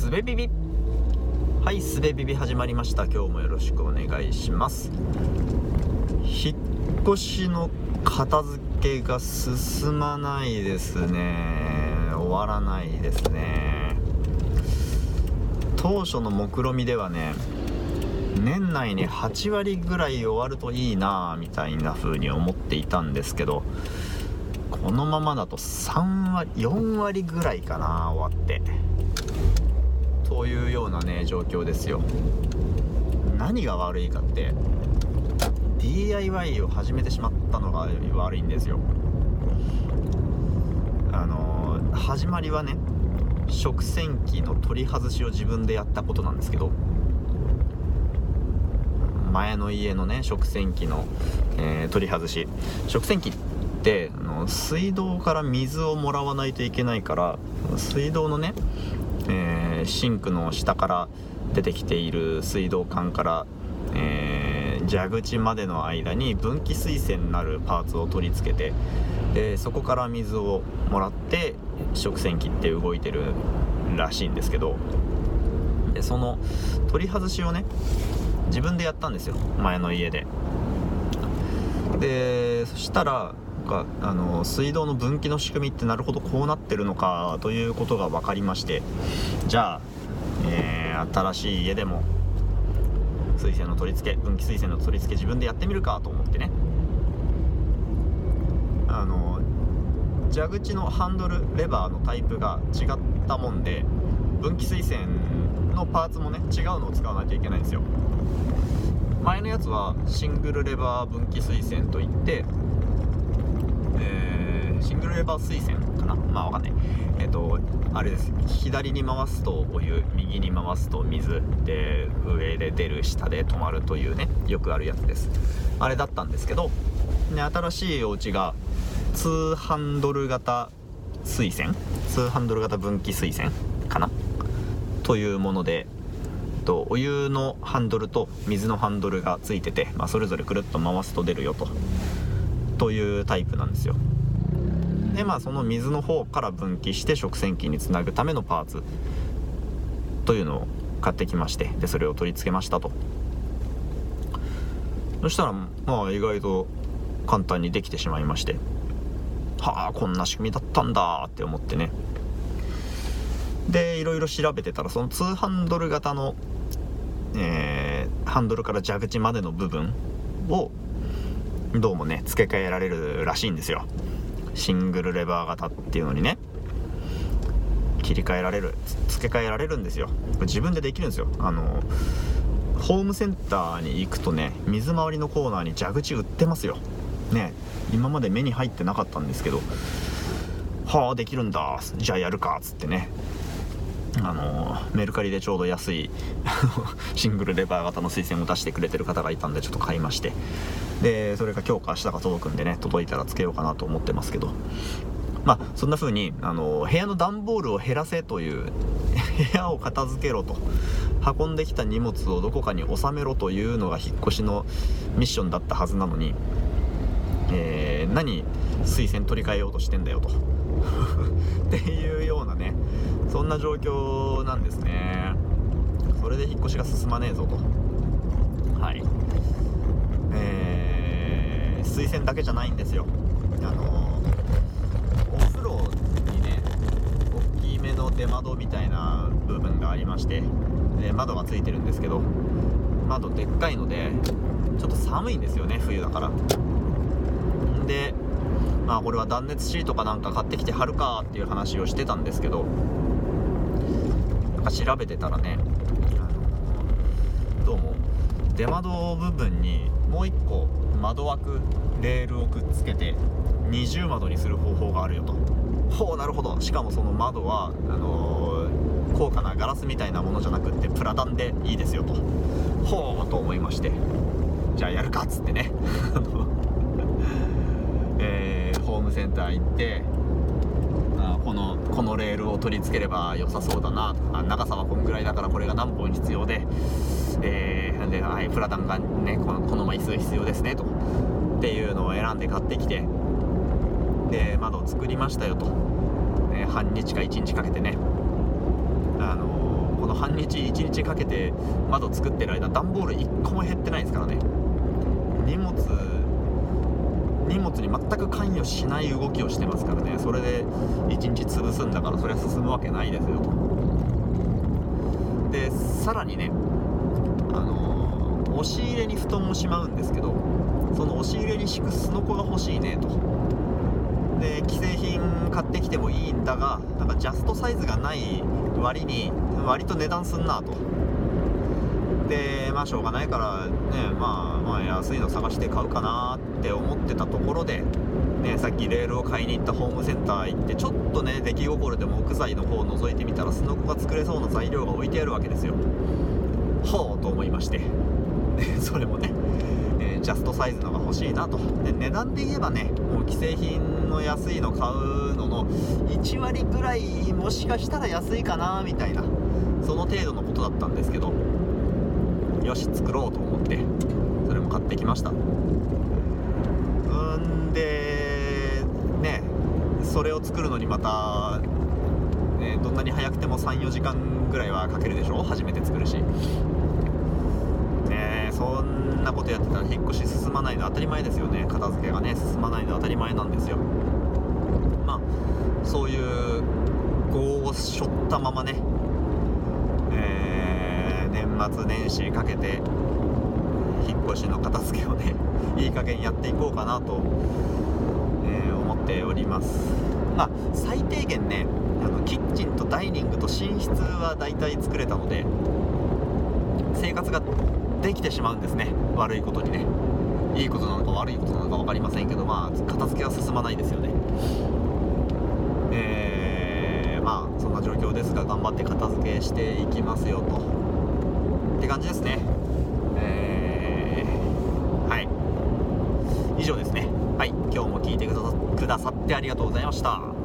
すべビビ。はい、すべビビ始まりました。今日もよろしくお願いします。引っ越しの片付けが進まないですね。終わらないですね。当初の目論見ではね、年内に8割ぐらい終わるといいなみたいな風に思っていたんですけど、このままだと3割4割ぐらいかな、終わってというようなね状況ですよ。何が悪いかって DIY を始めてしまったのが悪いんですよ。始まりはね、食洗機の取り外しを自分でやったことなんですけど、前の家のね食洗機の、取り外し。食洗機って水道から水をもらわないといけないから、水道のね、シンクの下から出てきている水道管から、蛇口までの間に分岐水栓なるパーツを取り付けて、でそこから水をもらって食洗機って動いてるらしいんですけど、でその取り外しをね自分でやったんですよ、前の家で。でそしたら水道の分岐の仕組みってなるほどこうなってるのかということが分かりまして、じゃあ、新しい家でも水栓の取り付け、分岐水栓の取り付け自分でやってみるかと思ってね、蛇口のハンドルレバーのタイプが違ったもんで、分岐水栓のパーツもね違うのを使わないといけないんですよ。前のやつはシングルレバー分岐水栓といって、シングルレバー水栓かな、わかんない。あれです。左に回すとお湯、右に回すと水で、上で出る下で止まるというね、よくあるやつです。あれだったんですけど、ね、新しいお家が2ハンドル型水栓、2ハンドル型分岐水栓かなというもので、お湯のハンドルと水のハンドルがついてて、それぞれくるっと回すと出るよというタイプなんですよ。でその水の方から分岐して食洗機につなぐためのパーツというのを買ってきまして、でそれを取り付けましたと。そしたら意外と簡単にできてしまいまして、こんな仕組みだったんだって思ってね。でいろいろ調べてたら、その2ハンドル型の、ハンドルから蛇口までの部分をどうもね付け替えられるらしいんですよ。シングルレバー型っていうのにね付け替えられるんですよ。これ自分でできるんですよ。ホームセンターに行くとね、水回りのコーナーに蛇口売ってますよね。今まで目に入ってなかったんですけど、できるんだ、じゃあやるかっつってね、メルカリでちょうど安いシングルレバー型の水栓を出してくれてる方がいたんで、ちょっと買いまして、でそれが今日か明日か届くんでね、届いたらつけようかなと思ってますけど、そんな風に部屋の段ボールを減らせという部屋を片付けろと、運んできた荷物をどこかに収めろというのが引っ越しのミッションだったはずなのに、何水栓取り替えようとしてんだよとっていうようなね、そんな状況なんですね。それで引っ越しが進まねえぞと。水栓だけじゃないんですよ。お風呂にね大きめの出窓みたいな部分がありまして、で窓がついてるんですけど、窓でっかいのでちょっと寒いんですよね、冬だから。でこれは断熱シートかなんか買ってきて貼るかっていう話をしてたんですけど、調べてたらね、どうも出窓部分にもう一個窓枠レールをくっつけて二重窓にする方法があるよと。なるほど。しかもその窓は高価なガラスみたいなものじゃなくってプラダンでいいですよと。と思いまして、じゃあやるかっつってねホームセンター行って、このレールを取り付ければ良さそうだな、長さはこんぐらいだからこれが何本必要で、プラダンがねこの枚数必要ですねとっていうのを選んで買ってきて、で窓を作りましたよと、半日か1日かけてね、こ半日1日かけて窓作ってる間段ボール1個も減ってないですからね。荷物に全く関与しない動きをしてますからね。それで1日潰すんだからそれは進むわけないですよと。でさらにね、押し入れに布団をしまうんですけど、その押し入れに敷くすのこが欲しいねと。で既製品買ってきてもいいんだが、なんかジャストサイズがない割に割と値段すんなと。でしょうがないからね、安いの探して買うかなって思ってたところで、ね、さっきレールを買いに行ったホームセンター行って、ちょっとね出来心で木材の方を覗いてみたら、すのこが作れそうな材料が置いてあるわけですよ。ほうと思いまして、それもね、ジャストサイズのが欲しいなと。で値段で言えばね、もう既製品の安いの買うのの1割ぐらいもしかしたら安いかなみたいな、その程度のことだったんですけど、よし作ろうと思ってそれも買ってきました。でね、それを作るのにまた、どんなに早くても 3,4 時間ぐらいはかけるでしょ、初めて作るしね。そんなことやってたら引っ越し進まないの当たり前ですよね。片付けがね進まないの当たり前なんですよ。そういう業を背負ったままね、年末年始かけて引っ越しの片付けをねいい加減やっていこうかなと、思っております。最低限ね、キッチンとダイニングと寝室はだいたい作れたので生活ができてしまうんですね。悪いことにね、いいことなのか悪いことなのか分かりませんけど、片付けは進まないですよね。そんな状況ですが頑張って片付けしていきますよとって感じですね。はい、以上ですね。はい、今日も聞いてくださってありがとうございました。